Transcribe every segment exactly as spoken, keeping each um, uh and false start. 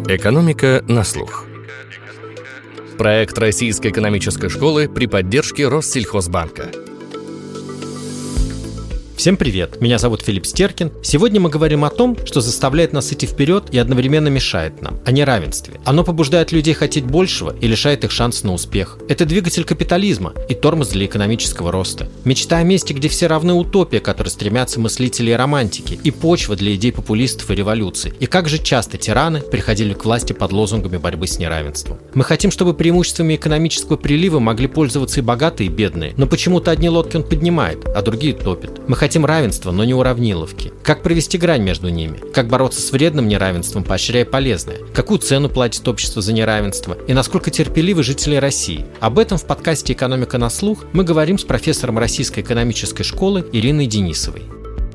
Экономика на слух. Проект Российской экономической школы при поддержке Россельхозбанка. Всем привет, меня зовут Филипп Стеркин. Сегодня мы говорим о том, что заставляет нас идти вперед и одновременно мешает нам, о неравенстве. Оно побуждает людей хотеть большего и лишает их шанса на успех. Это двигатель капитализма и тормоз для экономического роста. Мечта о месте, где все равны, утопия, к которой стремятся мыслители и романтики, и почва для идей популистов и революций. И как же часто тираны приходили к власти под лозунгами борьбы с неравенством. Мы хотим, чтобы преимуществами экономического прилива могли пользоваться и богатые, и бедные, но почему-то одни лодки он поднимает, а другие топит. Мы хотим равенства, но не уравниловки. Как провести грань между ними? Как бороться с вредным неравенством, поощряя полезное? Какую цену платит общество за неравенство? И насколько терпеливы жители России? Об этом в подкасте «Экономика на слух» мы говорим с профессором Российской экономической школы Ириной Денисовой.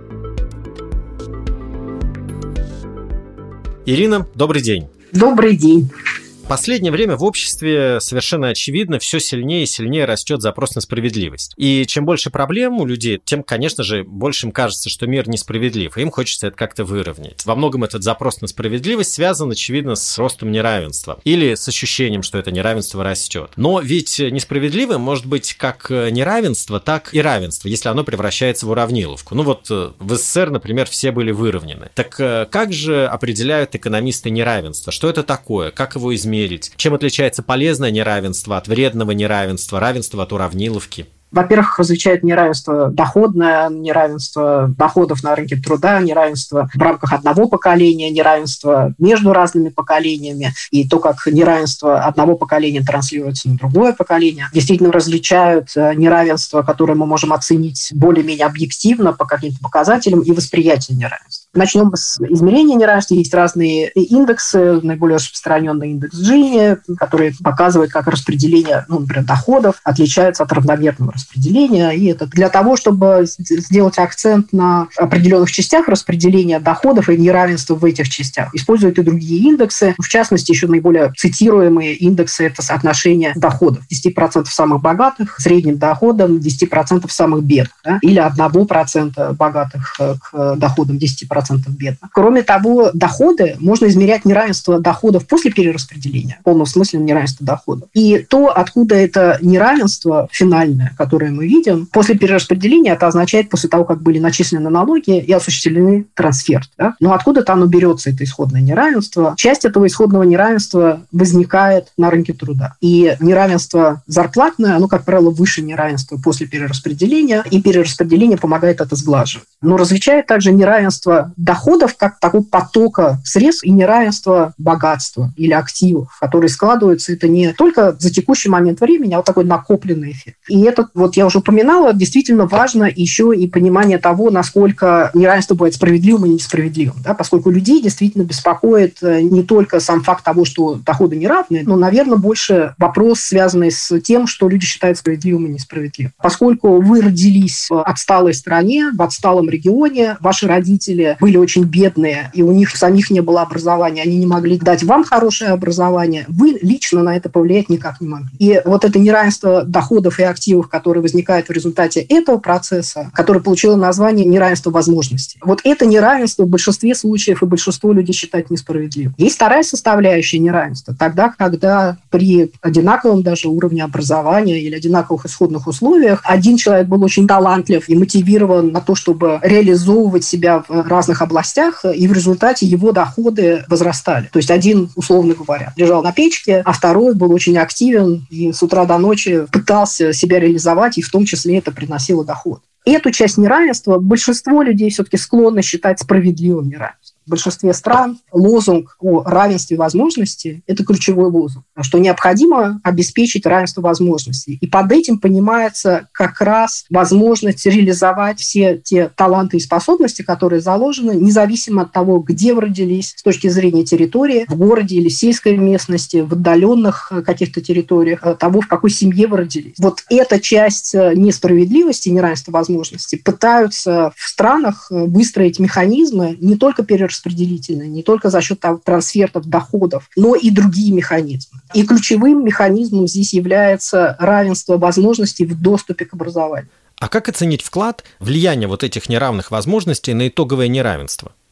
Ирина, добрый день. Добрый день. В последнее время в обществе совершенно очевидно все сильнее и сильнее растет запрос на справедливость. И чем больше проблем у людей, тем, конечно же, больше им кажется, что мир несправедлив, и им хочется это как-то выровнять. Во многом этот запрос на справедливость связан, очевидно, с ростом неравенства или с ощущением, что это неравенство растет. Но ведь несправедливым может быть как неравенство, так и равенство, если оно превращается в уравниловку. Ну вот в СССР, например, все были выровнены. Так как же определяют экономисты неравенство? Что это такое? Как его измерить? Чем отличается полезное неравенство от вредного неравенства, равенство от уравниловки? Во-первых, различают неравенство доходное, неравенство доходов на рынке труда, неравенство в рамках одного поколения, неравенство между разными поколениями и то, как неравенство одного поколения транслируется на другое поколение. Действительно различают неравенство, которое мы можем оценить более-менее объективно по каким-то показателям, и восприятие неравенства. Начнем с измерения неравенства. Есть разные индексы, наиболее распространенный индекс Джини, который показывает, как распределение, ну, например, доходов отличается от равномерного распределения. И это для того, чтобы сделать акцент на определенных частях распределения доходов и неравенства в этих частях. Используют и другие индексы. В частности, еще наиболее цитируемые индексы – это соотношение доходов. десять процентов самых богатых средним доходом десять процентов самых бедных. Да? Или один процент богатых к доходам десять процентов бедных. Кроме того, доходы можно измерять неравенство доходов после перераспределения, в полном смысле неравенство доходов. И то, откуда это неравенство финальное, которое мы видим, после перераспределения, это означает после того, как были начислены налоги и осуществлены трансферты. Да? Но откуда-то оно берется, это исходное неравенство. Часть этого исходного неравенства возникает на рынке труда. И неравенство зарплатное, оно, как правило, выше неравенства после перераспределения, и перераспределение помогает это сглаживать. Но различает также неравенство доходов как такого потока средств и неравенство богатства или активов, которые складываются это не только за текущий момент времени, а вот такой накопленный эффект. И это, вот я уже упоминала, действительно важно еще и понимание того, насколько неравенство бывает справедливым и несправедливым. Да? Поскольку людей действительно беспокоит не только сам факт того, что доходы неравны, но, наверное, больше вопрос, связанный с тем, что люди считают справедливым и несправедливым. Поскольку вы родились в отсталой стране, в отсталом регионе, ваши родители были очень бедные, и у них самих не было образования, они не могли дать вам хорошее образование, вы лично на это повлиять никак не могли. И вот это неравенство доходов и активов, которое возникает в результате этого процесса, которое получило название неравенство возможностей. Вот это неравенство в большинстве случаев и большинство людей считает несправедливым. Есть вторая составляющая неравенства. Тогда, когда при одинаковом даже уровне образования или одинаковых исходных условиях один человек был очень талантлив и мотивирован на то, чтобы реализовывать себя в разных областях, и в результате его доходы возрастали. То есть один, условно говоря, лежал на печке, а второй был очень активен и с утра до ночи пытался себя реализовать, и в том числе это приносило доход. Эту часть неравенства большинство людей все-таки склонны считать справедливым неравенством. В большинстве стран лозунг о равенстве возможностей – это ключевой лозунг, что необходимо обеспечить равенство возможностей. И под этим понимается как раз возможность реализовать все те таланты и способности, которые заложены, независимо от того, где вы родились, с точки зрения территории, в городе или сельской местности, в отдаленных каких-то территориях, того, в какой семье вы родились. Вот эта часть несправедливости, неравенства возможностей пытаются в странах выстроить механизмы не только перераспределения, распределительные, не только за счет трансфертов доходов, но и другие механизмы. И ключевым механизмом здесь является равенство возможностей в доступе к образованию. А как оценить вклад, влияние вот этих неравных возможностей на итоговое неравенство?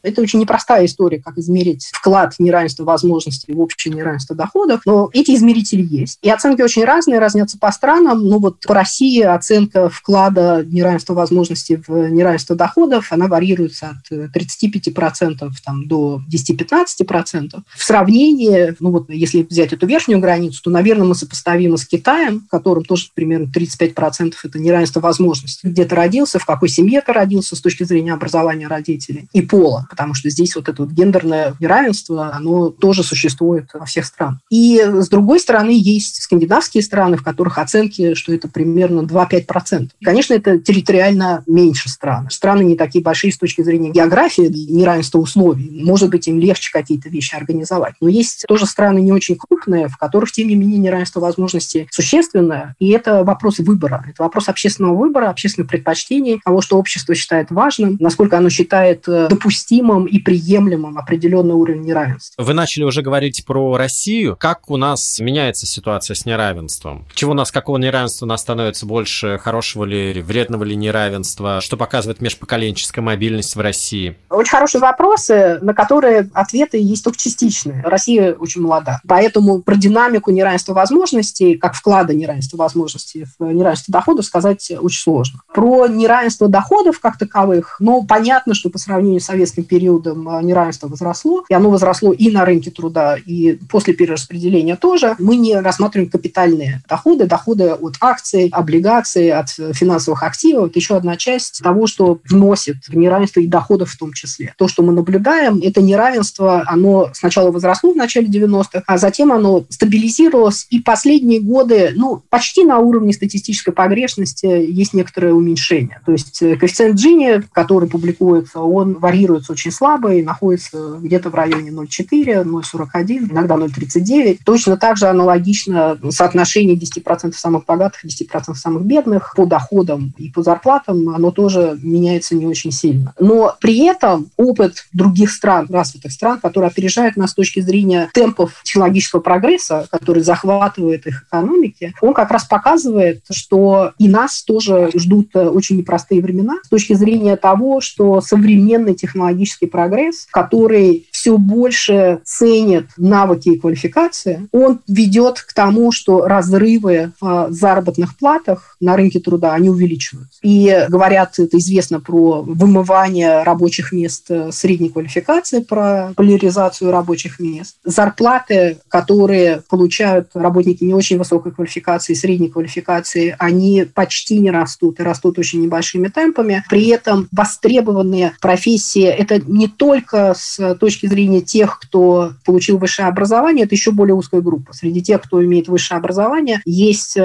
Это очень непростая история, как измерить вклад неравенства возможностей в общее неравенство доходов, но эти измерители есть. И оценки очень разные, разнятся по странам. Ну вот по России оценка вклада неравенства возможностей в неравенство доходов, она варьируется от тридцати пяти процентов там, до десяти-пятнадцати процентов. В сравнении, ну вот если взять эту верхнюю границу, то, наверное, мы сопоставимы с Китаем, в котором тоже примерно тридцать пять процентов это неравенство возможностей. Где ты родился, в какой семье ты родился с точки зрения образования родителей и пола, потому что здесь вот это вот гендерное неравенство, оно тоже существует во всех странах. И с другой стороны, есть скандинавские страны, в которых оценки, что это примерно два-пять процентов. Конечно, это территориально меньше стран. Страны не такие большие с точки зрения географии, неравенства условий. Может быть, им легче какие-то вещи организовать. Но есть тоже страны не очень крупные, в которых, тем не менее, неравенство возможностей существенное. И это вопрос выбора. Это вопрос общественного выбора, общественных предпочтений, того, что общество считает важным, насколько оно считает допустимым и приемлемым определенный уровень неравенства. Вы начали уже говорить про Россию. Как у нас меняется ситуация с неравенством? Чего у нас, какого неравенства у нас становится больше, хорошего ли, вредного ли неравенства? Что показывает межпоколенческая мобильность в России? Очень хорошие вопросы, на которые ответы есть только частичные. Россия очень молода. Поэтому про динамику неравенства возможностей, как вклада неравенства возможностей в неравенство доходов, сказать очень сложно. Про неравенство доходов как таковых, ну, понятно, что по сравнению с советским периодом неравенство возросло, и оно возросло и на рынке труда, и после перераспределения тоже. Мы не рассматриваем капитальные доходы, доходы от акций, облигаций, от финансовых активов. Это еще одна часть того, что вносит в неравенство и доходов в том числе. То, что мы наблюдаем, это неравенство, оно сначала возросло в начале девяностых, а затем оно стабилизировалось, и последние годы, ну, почти на уровне статистической погрешности есть некоторое уменьшение. То есть коэффициент Джини, который публикуется, он варьируется очень слабо и находится где-то в районе ноль целых четыре десятых, ноль целых сорок один сотых, иногда ноль целых тридцать девять сотых. Точно так же аналогично соотношение десять процентов самых богатых и десять процентов самых бедных по доходам и по зарплатам, оно тоже меняется не очень сильно. Но при этом опыт других стран, развитых стран, которые опережают нас с точки зрения темпов технологического прогресса, который захватывает их экономики, он как раз показывает, что и нас тоже ждут очень непростые времена с точки зрения того, что современный технологический прогресс, который все больше ценит навыки и квалификации, он ведет к тому, что разрывы в заработных платах на рынке труда, они увеличиваются. И говорят, это известно про вымывание рабочих мест средней квалификации, про поляризацию рабочих мест. Зарплаты, которые получают работники не очень высокой квалификации, средней квалификации, они почти не растут и растут очень небольшими темпами. При этом востребованные профессии – это не только с точки зрения тех, кто получил высшее образование, это еще более узкая группа. Среди тех, кто имеет высшее образование, есть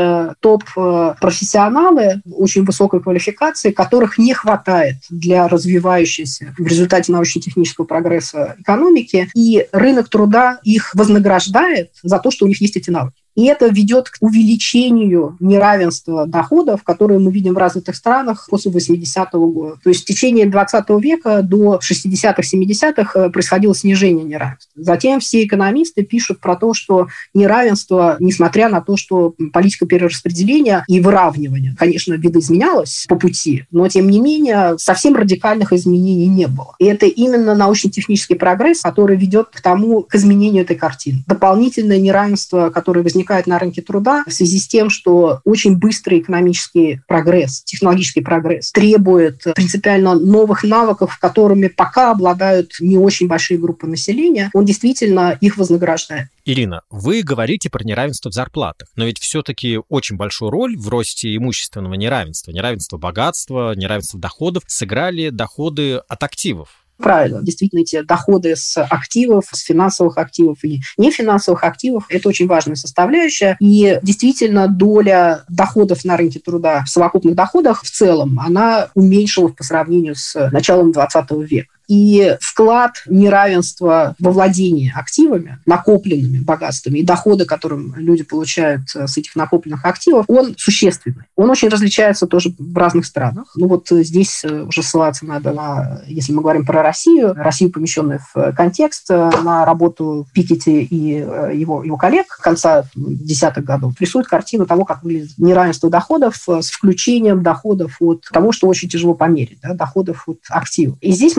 топ-профессионалы очень высокой квалификации, которых не хватает для развивающейся в результате научно-технического прогресса экономики, и рынок труда их вознаграждает за то, что у них есть эти навыки. И это ведет к увеличению неравенства доходов, которые мы видим в развитых странах после восьмидесятого года. То есть в течение двадцатого века до шестидесятых, семидесятых происходило снижение неравенства. Затем все экономисты пишут про то, что неравенство, несмотря на то, что политика перераспределения и выравнивания, конечно, видоизменялась по пути, но тем не менее совсем радикальных изменений не было. И это именно научно-технический прогресс, который ведет к тому, к изменению этой картины. Дополнительное неравенство, которое возникает на рынке труда в связи с тем, что очень быстрый экономический прогресс, технологический прогресс требует принципиально новых навыков, которыми пока обладают не очень большие группы населения, он действительно их вознаграждает. Ирина, вы говорите про неравенство в зарплатах, но ведь все-таки очень большую роль в росте имущественного неравенства, неравенства богатства, неравенства доходов сыграли доходы от активов. Правильно. Действительно, эти доходы с активов, с финансовых активов и нефинансовых активов – это очень важная составляющая. И действительно, доля доходов на рынке труда в совокупных доходах в целом, она уменьшилась по сравнению с началом двадцатого века. И вклад неравенства во владении активами, накопленными богатствами и доходы, которые люди получают с этих накопленных активов, он существенный. Он очень различается тоже в разных странах. Ну вот здесь уже ссылаться надо на, если мы говорим про Россию, Россию, помещенную в контекст, на работу Пикетти и его, его коллег конца десятых годов, рисует картину того, как выглядит неравенство доходов с включением доходов от того, что очень тяжело померить, да, доходов от активов. И здесь мы видим,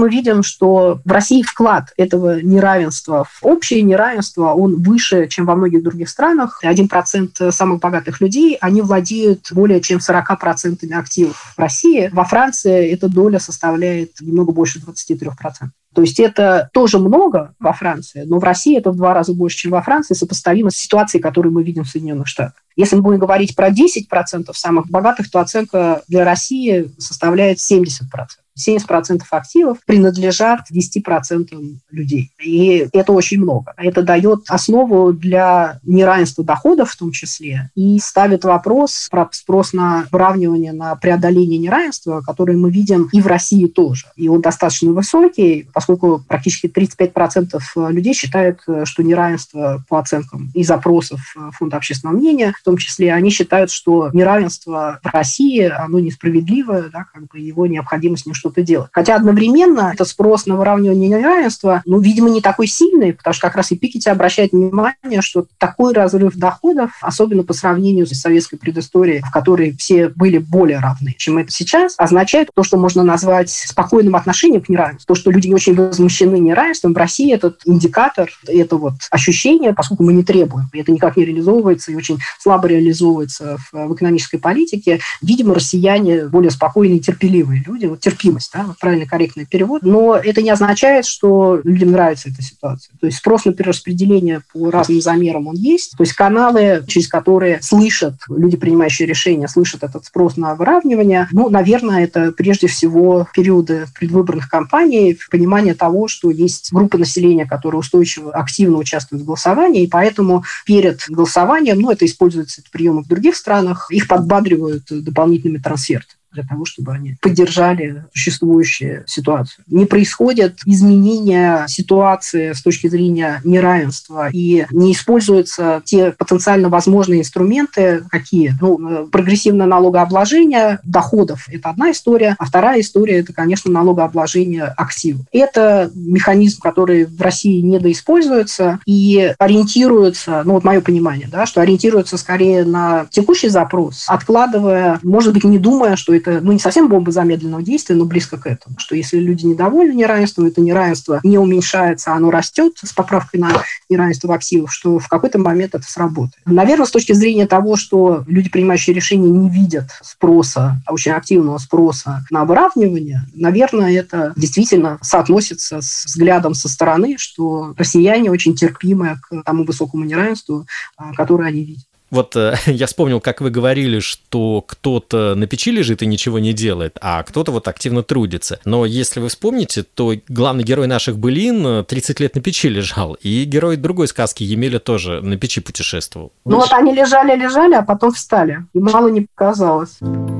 видим, что в России вклад этого неравенства в общее неравенство, он выше, чем во многих других странах. один процент самых богатых людей, они владеют более чем сорок процентов активов в России. Во Франции эта доля составляет немного больше двадцать три процента. То есть это тоже много во Франции, но в России это в два раза больше, чем во Франции, сопоставимо с ситуацией, которую мы видим в Соединенных Штатах. Если мы будем говорить про десять процентов самых богатых, то оценка для России составляет семьдесят процентов. семьдесят процентов активов принадлежат десяти процентам людей. И это очень много. Это дает основу для неравенства доходов в том числе и ставит вопрос про спрос на выравнивание, на преодоление неравенства, который мы видим и в России тоже. И он достаточно высокий, поскольку практически тридцать пять процентов людей считают, что неравенство по оценкам и запросов Фонда общественного мнения, в том числе, они считают, что неравенство в России, оно несправедливое, да, как бы его необходимо с ним что-то делать. Хотя одновременно этот спрос на выравнивание неравенства, ну, видимо, не такой сильный, потому что как раз и Пикетти обращает внимание, что такой разрыв доходов, особенно по сравнению с советской предысторией, в которой все были более равны, чем это сейчас, означает то, что можно назвать спокойным отношением к неравенству. То, что люди не очень возмущены неравенством, в России этот индикатор, это вот ощущение, поскольку мы не требуем, и это никак не реализовывается и очень слабо реализовывается в, в экономической политике, видимо, россияне более спокойные и терпеливые люди, вот терпимость, да, вот правильно, корректный перевод, но это не означает, что людям нравится эта ситуация. То есть спрос на перераспределение по разным замерам он есть, то есть каналы, через которые слышат, люди, принимающие решения, слышат этот спрос на выравнивание, ну, наверное, это прежде всего периоды предвыборных кампаний, понимание того, что есть группа населения, которая устойчиво, активно участвует в голосовании, и поэтому перед голосованием, ну, это используется этот прием и в других странах, их подбадривают дополнительными трансфертами для того, чтобы они поддержали существующую ситуацию. Не происходит изменения ситуации с точки зрения неравенства, и не используются те потенциально возможные инструменты, какие. Ну, прогрессивное налогообложение доходов – это одна история, а вторая история – это, конечно, налогообложение активов. Это механизм, который в России недоиспользуется и ориентируется, ну, вот мое понимание, да, что ориентируется скорее на текущий запрос, откладывая, может быть, не думая, что это, ну, не совсем бомба замедленного действия, но близко к этому. Что если люди недовольны неравенством, это неравенство не уменьшается, оно растет с поправкой на неравенство в активах, что в какой-то момент это сработает. Наверное, с точки зрения того, что люди, принимающие решения, не видят спроса, очень активного спроса на выравнивание, наверное, это действительно соотносится с взглядом со стороны, что россияне очень терпимы к тому высокому неравенству, которое они видят. Вот э, я вспомнил, как вы говорили, что кто-то на печи лежит и ничего не делает, а кто-то вот активно трудится. Но если вы вспомните, то главный герой наших былин тридцать лет на печи лежал, и герой другой сказки Емеля тоже на печи путешествовал. Ну вот они лежали-лежали, а потом встали, и мало не показалось.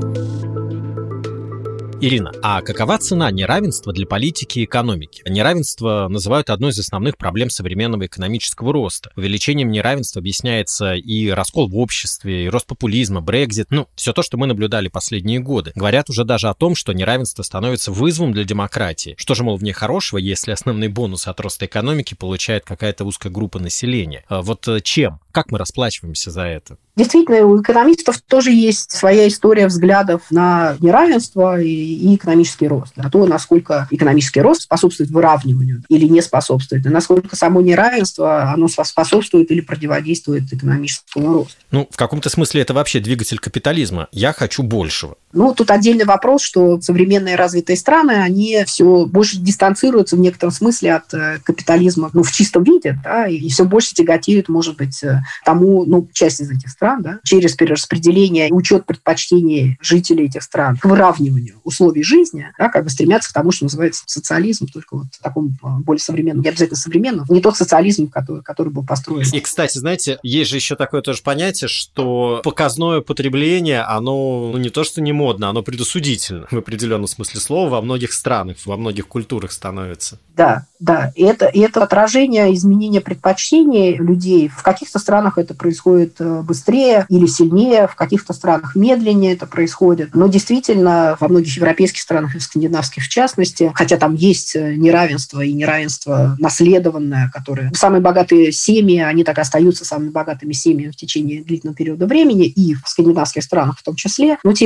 Ирина, а какова цена неравенства для политики и экономики? Неравенство называют одной из основных проблем современного экономического роста. Увеличением неравенства объясняется и раскол в обществе, и рост популизма, Брексит, ну, все то, что мы наблюдали последние годы. Говорят уже даже о том, что неравенство становится вызовом для демократии. Что же, мол, в ней хорошего, если основные бонусы от роста экономики получает какая-то узкая группа населения? Вот чем? Как мы расплачиваемся за это? Действительно, у экономистов тоже есть своя история взглядов на неравенство и, и экономический рост, на то, насколько экономический рост способствует выравниванию или не способствует, и насколько само неравенство, оно способствует или противодействует экономическому росту. Ну, в каком-то смысле это вообще двигатель капитализма. Я хочу большего. Ну, тут отдельный вопрос, что современные развитые страны, они все больше дистанцируются в некотором смысле от капитализма, ну, в чистом виде, да, и все больше тяготеют, может быть, тому, ну, часть из этих стран, да, через перераспределение и учет предпочтений жителей этих стран к выравниванию условий жизни, да, как бы стремятся к тому, что называется социализм, только вот в таком более современном, не обязательно современном, не тот социализм, который, который был построен. И, кстати, знаете, есть же еще такое тоже понятие, что показное потребление, оно, ну, не то, что не модно, оно предосудительно в определенном смысле слова во многих странах, во многих культурах становится. Да, да. И это, и это отражение изменения предпочтений людей. В каких-то странах это происходит быстрее или сильнее, в каких-то странах медленнее это происходит. Но действительно, во многих европейских странах, и скандинавских в частности, хотя там есть неравенство и неравенство наследованное, которое... Самые богатые семьи, они так и остаются самыми богатыми семьями в течение длительного периода времени, и в скандинавских странах в том числе. Но, тем не менее,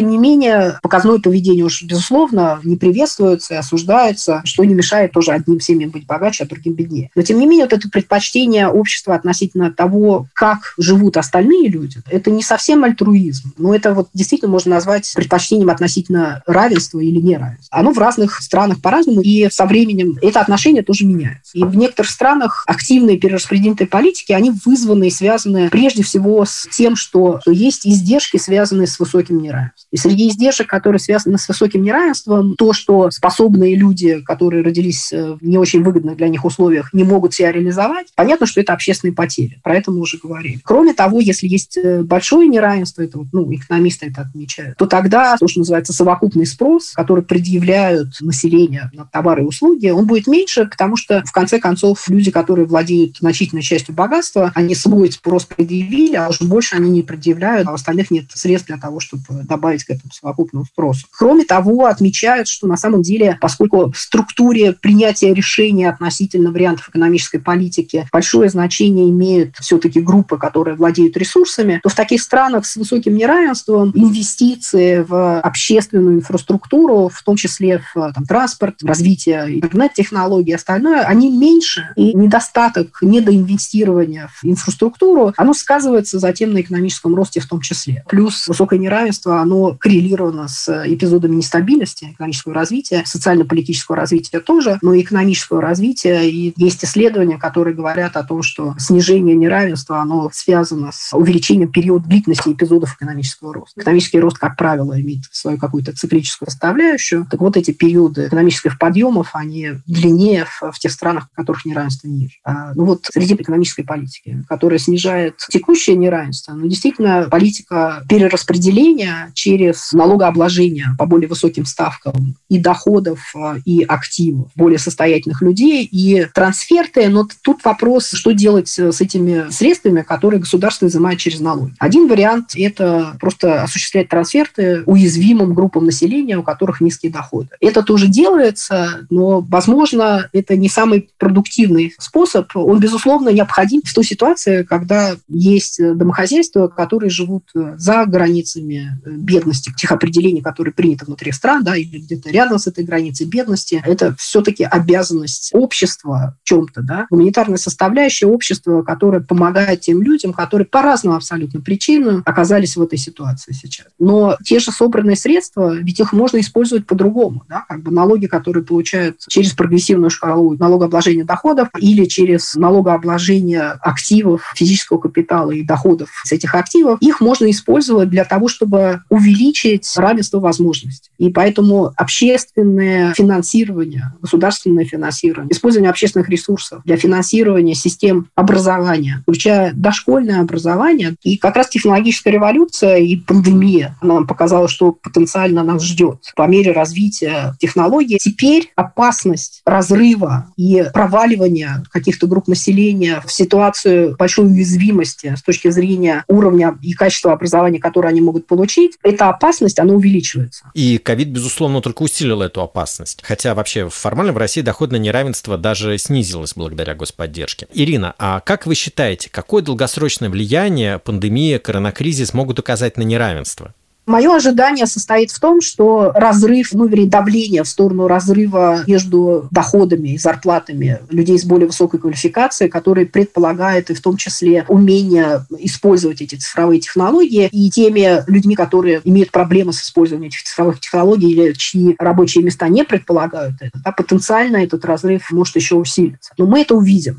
менее, показное поведение уж, безусловно, не приветствуется и осуждается, что не мешает тоже одним семьям быть богаче, а другим беднее. Но, тем не менее, вот это предпочтение общества относительно того, как живут остальные люди, это не совсем альтруизм, но это вот действительно можно назвать предпочтением относительно равенства или неравенства. Оно в разных странах по-разному, и со временем это отношение тоже меняется. И в некоторых странах активные перераспределительные политики, они вызваны и связаны прежде всего с тем, что есть издержки, связанные с высоким неравенством. И среди издержек, которые связаны с высоким неравенством, то, что способные люди, которые родились в не очень выгодных для них условиях, не могут себя реализовать, понятно, что это общественные потери. Про это мы уже говорили. Кроме того, если есть большое неравенство, это вот, ну, экономисты это отмечают, то тогда то, что называется совокупный спрос, который предъявляют население на товары и услуги, он будет меньше, потому что, в конце концов, люди, которые владеют значительной частью богатства, они свой спрос предъявили, а уж больше они не предъявляют, а у остальных нет средств для того, чтобы добавить к этому совокупному спросу. Кроме того, отмечают, что на самом деле, поскольку в структуре принятия решений относительно вариантов экономической политики большое значение имеют все-таки группы, которые владеют ресурсами, то в таких странах с высоким неравенством инвестиции в общественную инфраструктуру, в том числе в там, транспорт, в развитие интернет-технологий и остальное, они меньше, и недостаток недоинвестирования в инфраструктуру, оно сказывается затем на экономическом росте в том числе. Плюс высокое неравенство, оно коррелировано с эпизодами нестабильности экономического развития, социально-политического развития тоже, но и экономического развития. И есть исследования, которые говорят о том, что снижение неравенства, оно связано с увеличением периода длительности эпизодов экономического роста. Экономический рост, как правило, имеет свою какую-то циклическую составляющую. Так вот, эти периоды экономических подъемов, они длиннее в, в тех странах, в которых неравенство ниже. А, ну вот среди экономической политики, которая снижает текущее неравенство, ну, действительно, политика перераспределения через налогообложение по более высоким ставкам и доходов, и активов более состоятельных людей, и трансферты. Но тут вопрос, что делать с этими средствами, которые государство изымает через налоги. Один вариант – это просто осуществлять трансферты уязвимым группам населения, у которых низкие доходы. Это тоже делается, но, возможно, это не самый продуктивный способ. Он, безусловно, необходим в той ситуации, когда есть домохозяйства, которые живут за границами бедности, тех определений, которые приняты внутри стран, да, или где-то рядом с этой границей бедности. Это все-таки обязанность общества в чем-то, да, гуманитарная составляющая общества, которая помогает тем людям, которые по разным абсолютно причинам оказались в этой ситуации сейчас. Но те же собранные средства, ведь их можно использовать по-другому, да, как бы налоги, которые получают через прогрессивную шкалу налогообложения доходов или через налогообложение активов, физического капитала и доходов с этих активов, их можно использовать для того, чтобы увеличить равенство возможностей. И поэтому общественное финансирование, государственное финансирование, использование общественных ресурсов для финансирования систем образования, включая дошкольное образование. И как раз технологическая революция и пандемия, она нам показала, что потенциально нас ждет по мере развития технологий. Теперь опасность разрыва и проваливания каких-то групп населения в ситуацию большой уязвимости с точки зрения уровня и качества образования, которое они могут получить, эта опасность, она увеличивается. И ковид, безусловно, только усилил эту опасность. Хотя вообще формально в России доходное неравенство даже снизилось благодаря господдержке. Ирина, а как вы считаете, какое долгосрочное влияние пандемия, коронакризис могут оказать на неравенство? Мое ожидание состоит в том, что разрыв, ну, вернее, давление в сторону разрыва между доходами и зарплатами людей с более высокой квалификацией, который предполагает и в том числе умение использовать эти цифровые технологии, и теми людьми, которые имеют проблемы с использованием этих цифровых технологий или чьи рабочие места не предполагают это, да, потенциально этот разрыв может еще усилиться. Но мы это увидим.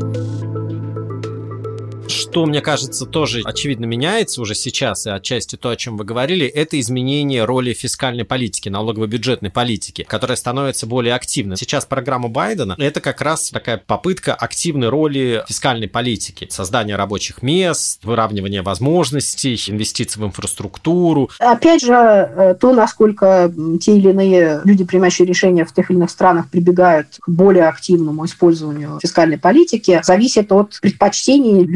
Что, мне кажется, тоже очевидно меняется уже сейчас, и отчасти то, о чем вы говорили, это изменение роли фискальной политики, налогово-бюджетной политики, которая становится более активной. Сейчас программа Байдена – это как раз такая попытка активной роли фискальной политики, создания рабочих мест, выравнивания возможностей, инвестиций в инфраструктуру. Опять же, то, насколько те или иные люди, принимающие решения в тех или иных странах, прибегают к более активному использованию фискальной политики, зависит от предпочтений людей, принимающих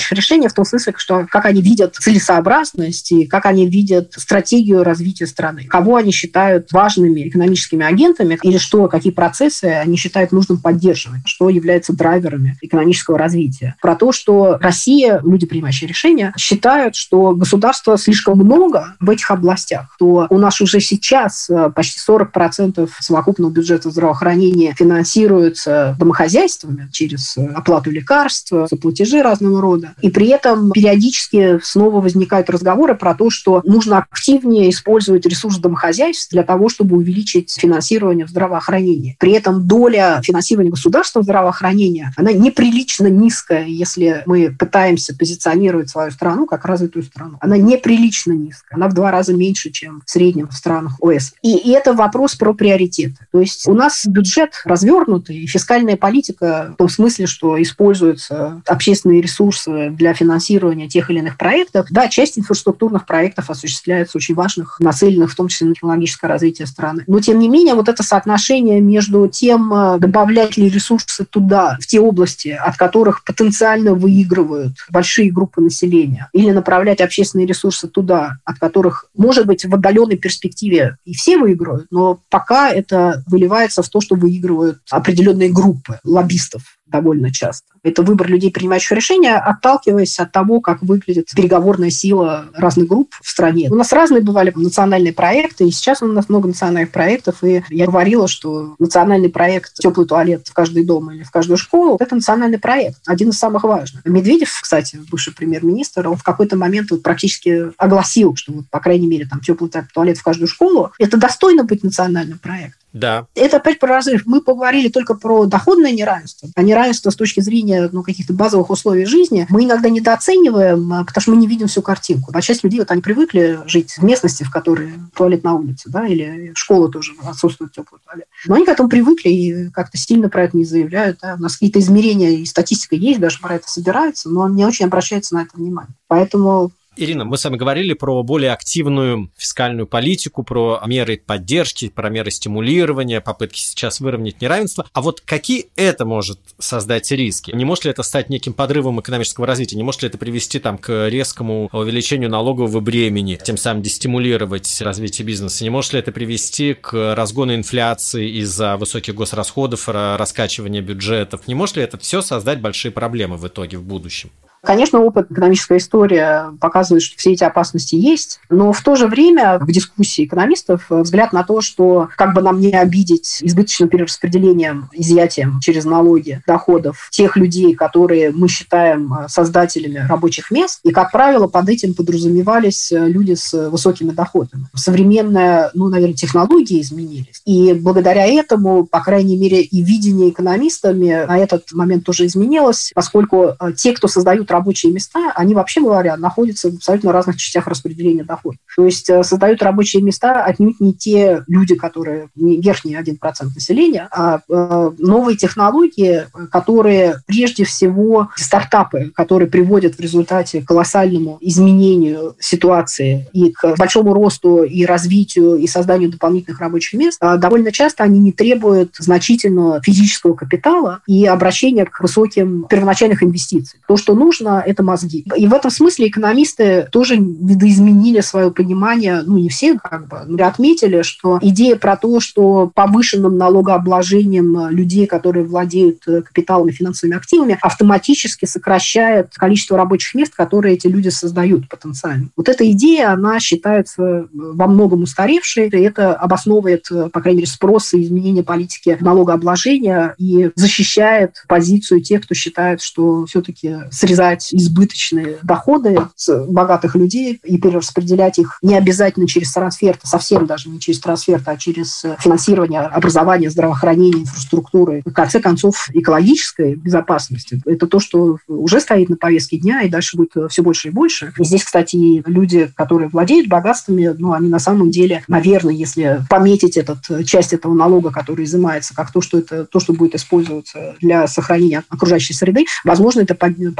принимающих решения в том смысле, что как они видят целесообразность и как они видят стратегию развития страны, кого они считают важными экономическими агентами или что, какие процессы они считают нужным поддерживать, что является драйверами экономического развития. Про то, что Россия, люди, принимающие решения, считают, что государства слишком много в этих областях, то у нас уже сейчас почти сорок процентов совокупного бюджета здравоохранения финансируется домохозяйствами через оплату лекарств, за платежи разного рода. И при этом периодически снова возникают разговоры про то, что нужно активнее использовать ресурсы домохозяйств для того, чтобы увеличить финансирование в здравоохранении. При этом доля финансирования государства в здравоохранении, она неприлично низкая, если мы пытаемся позиционировать свою страну как развитую страну. Она неприлично низкая. Она в два раза меньше, чем в среднем в странах ОЭС. И, и это вопрос про приоритеты. То есть у нас бюджет развернутый, и фискальная политика в том смысле, что используются общественные ресурсы для финансирования тех или иных проектов. Да, часть инфраструктурных проектов осуществляется очень важных, нацеленных в том числе на технологическое развитие страны. Но, тем не менее, вот это соотношение между тем, добавлять ли ресурсы туда, в те области, от которых потенциально выигрывают большие группы населения, или направлять общественные ресурсы туда, от которых, может быть, в отдаленной перспективе и все выигрывают, но пока это выливается в то, что выигрывают определенные группы лоббистов довольно часто. Это выбор людей, принимающих решения, отталкиваясь от того, как выглядит переговорная сила разных групп в стране. У нас разные бывали национальные проекты, и сейчас у нас много национальных проектов, и я говорила, что национальный проект «Теплый туалет в каждый дом» или в каждую школу – это национальный проект, один из самых важных. Медведев, кстати, бывший премьер-министр, он в какой-то момент вот практически огласил, что, вот, по крайней мере, там «Теплый туалет в каждую школу» – это достойно быть национальным проектом. Да. Это опять про разрыв. Мы поговорили только про доходное неравенство, а неравенство с точки зрения ну, каких-то базовых условий жизни мы иногда недооцениваем, потому что мы не видим всю картинку. А часть людей, вот они привыкли жить в местности, в которой туалет на улице, да, или школа тоже отсутствует теплый туалет. Но они к этому привыкли и как-то сильно про это не заявляют. Да. У нас какие-то измерения и статистика есть, даже про это собирается, но не очень обращается на это внимание. Поэтому... Ирина, мы с вами говорили про более активную фискальную политику, про меры поддержки, про меры стимулирования, попытки сейчас выровнять неравенство. А вот какие это может создать риски? Не может ли это стать неким подрывом экономического развития? Не может ли это привести там, к резкому увеличению налогового бремени, тем самым дестимулировать развитие бизнеса? Не может ли это привести к разгону инфляции из-за высоких госрасходов, раскачивания бюджетов? Не может ли это все создать большие проблемы в итоге в будущем? Конечно, опыт, экономическая история показывает, что все эти опасности есть, но в то же время в дискуссии экономистов взгляд на то, что как бы нам не обидеть избыточным перераспределением, изъятием через налоги доходов тех людей, которые мы считаем создателями рабочих мест, и, как правило, под этим подразумевались люди с высокими доходами. Современные, ну, наверное, технологии изменились, и благодаря этому, по крайней мере, и видение экономистами на этот момент тоже изменилось, поскольку те, кто создают рабочие места, они, вообще говоря, находятся в абсолютно разных частях распределения доходов. То есть создают рабочие места отнюдь не те люди, которые не верхний один процент населения, а новые технологии, которые прежде всего стартапы, которые приводят в результате к колоссальному изменению ситуации и к большому росту и развитию и созданию дополнительных рабочих мест, довольно часто они не требуют значительного физического капитала и обращения к высоким первоначальных инвестиций. То, что нужно, это мозги. И в этом смысле экономисты тоже видоизменили свое понимание, ну, не все, как бы, но отметили, что идея про то, что повышенным налогообложением людей, которые владеют капиталом и финансовыми активами, автоматически сокращает количество рабочих мест, которые эти люди создают потенциально. Вот эта идея, она считается во многом устаревшей, и это обосновывает, по крайней мере, спрос и изменение политики налогообложения и защищает позицию тех, кто считает, что все-таки срезать избыточные доходы с богатых людей и перераспределять их не обязательно через трансфер, совсем даже не через трансфер, а через финансирование образования, здравоохранения, инфраструктуры. В конце концов, экологической безопасности. Это то, что уже стоит на повестке дня, и дальше будет все больше и больше. И здесь, кстати, люди, которые владеют богатствами, ну, они на самом деле, наверное, если пометить этот, часть этого налога, который изымается, как то, что это то, что будет использоваться для сохранения окружающей среды, возможно, это получит больше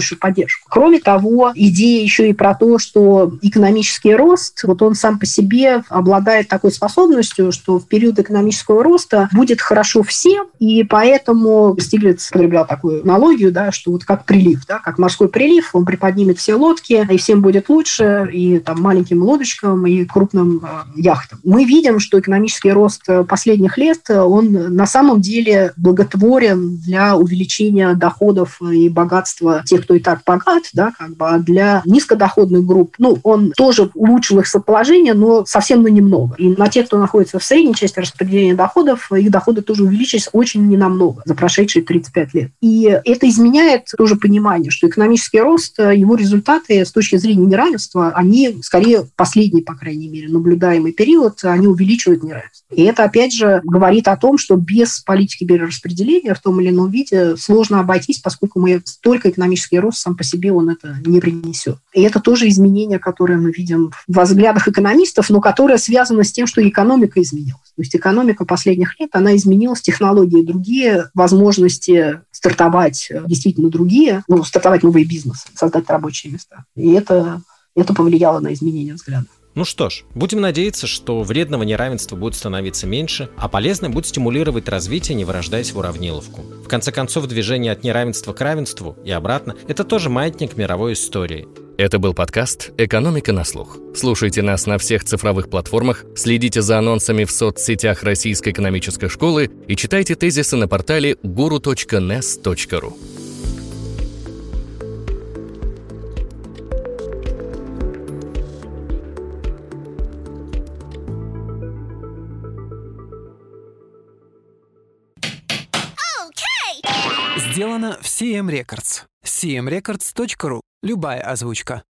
большую поддержку. Кроме того, идея еще и про то, что экономический рост, вот он сам по себе обладает такой способностью, что в период экономического роста будет хорошо всем, и поэтому Стиглиц употреблял такую аналогию, да, что вот как прилив, да, как морской прилив, он приподнимет все лодки, и всем будет лучше, и там маленьким лодочкам, и крупным э, яхтам. Мы видим, что экономический рост последних лет, он на самом деле благотворен для увеличения доходов и богатства тех, кто и так богат, да, как бы, а для низкодоходных групп, ну, он тоже улучшил их соположение, но совсем на немного. И на тех, кто находится в средней части распределения доходов, их доходы тоже увеличились очень ненамного за прошедшие тридцать пять лет. И это изменяет тоже понимание, что экономический рост, его результаты с точки зрения неравенства, они скорее последний, по крайней мере, наблюдаемый период, они увеличивают неравенство. И это, опять же, говорит о том, что без политики перераспределения в том или ином виде сложно обойтись, поскольку мы только экономический рост сам по себе он это не принесет. И это тоже изменение, которое мы видим в взглядах экономистов, но которое связано с тем, что экономика изменилась. То есть экономика последних лет, она изменилась, технологии другие, возможности стартовать действительно другие, ну, стартовать новые бизнесы, создать рабочие места. И это, это повлияло на изменение взглядов. Ну что ж, будем надеяться, что вредного неравенства будет становиться меньше, а полезное будет стимулировать развитие, не вырождаясь в уравниловку. В конце концов, движение от неравенства к равенству и обратно – это тоже маятник мировой истории. Это был подкаст «Экономика на слух». Слушайте нас на всех цифровых платформах, следите за анонсами в соцсетях Российской экономической школы и читайте тезисы на портале гуру точка нес точка ру. Сделано в си эм Records. си эм рекордс точка ру. Любая озвучка.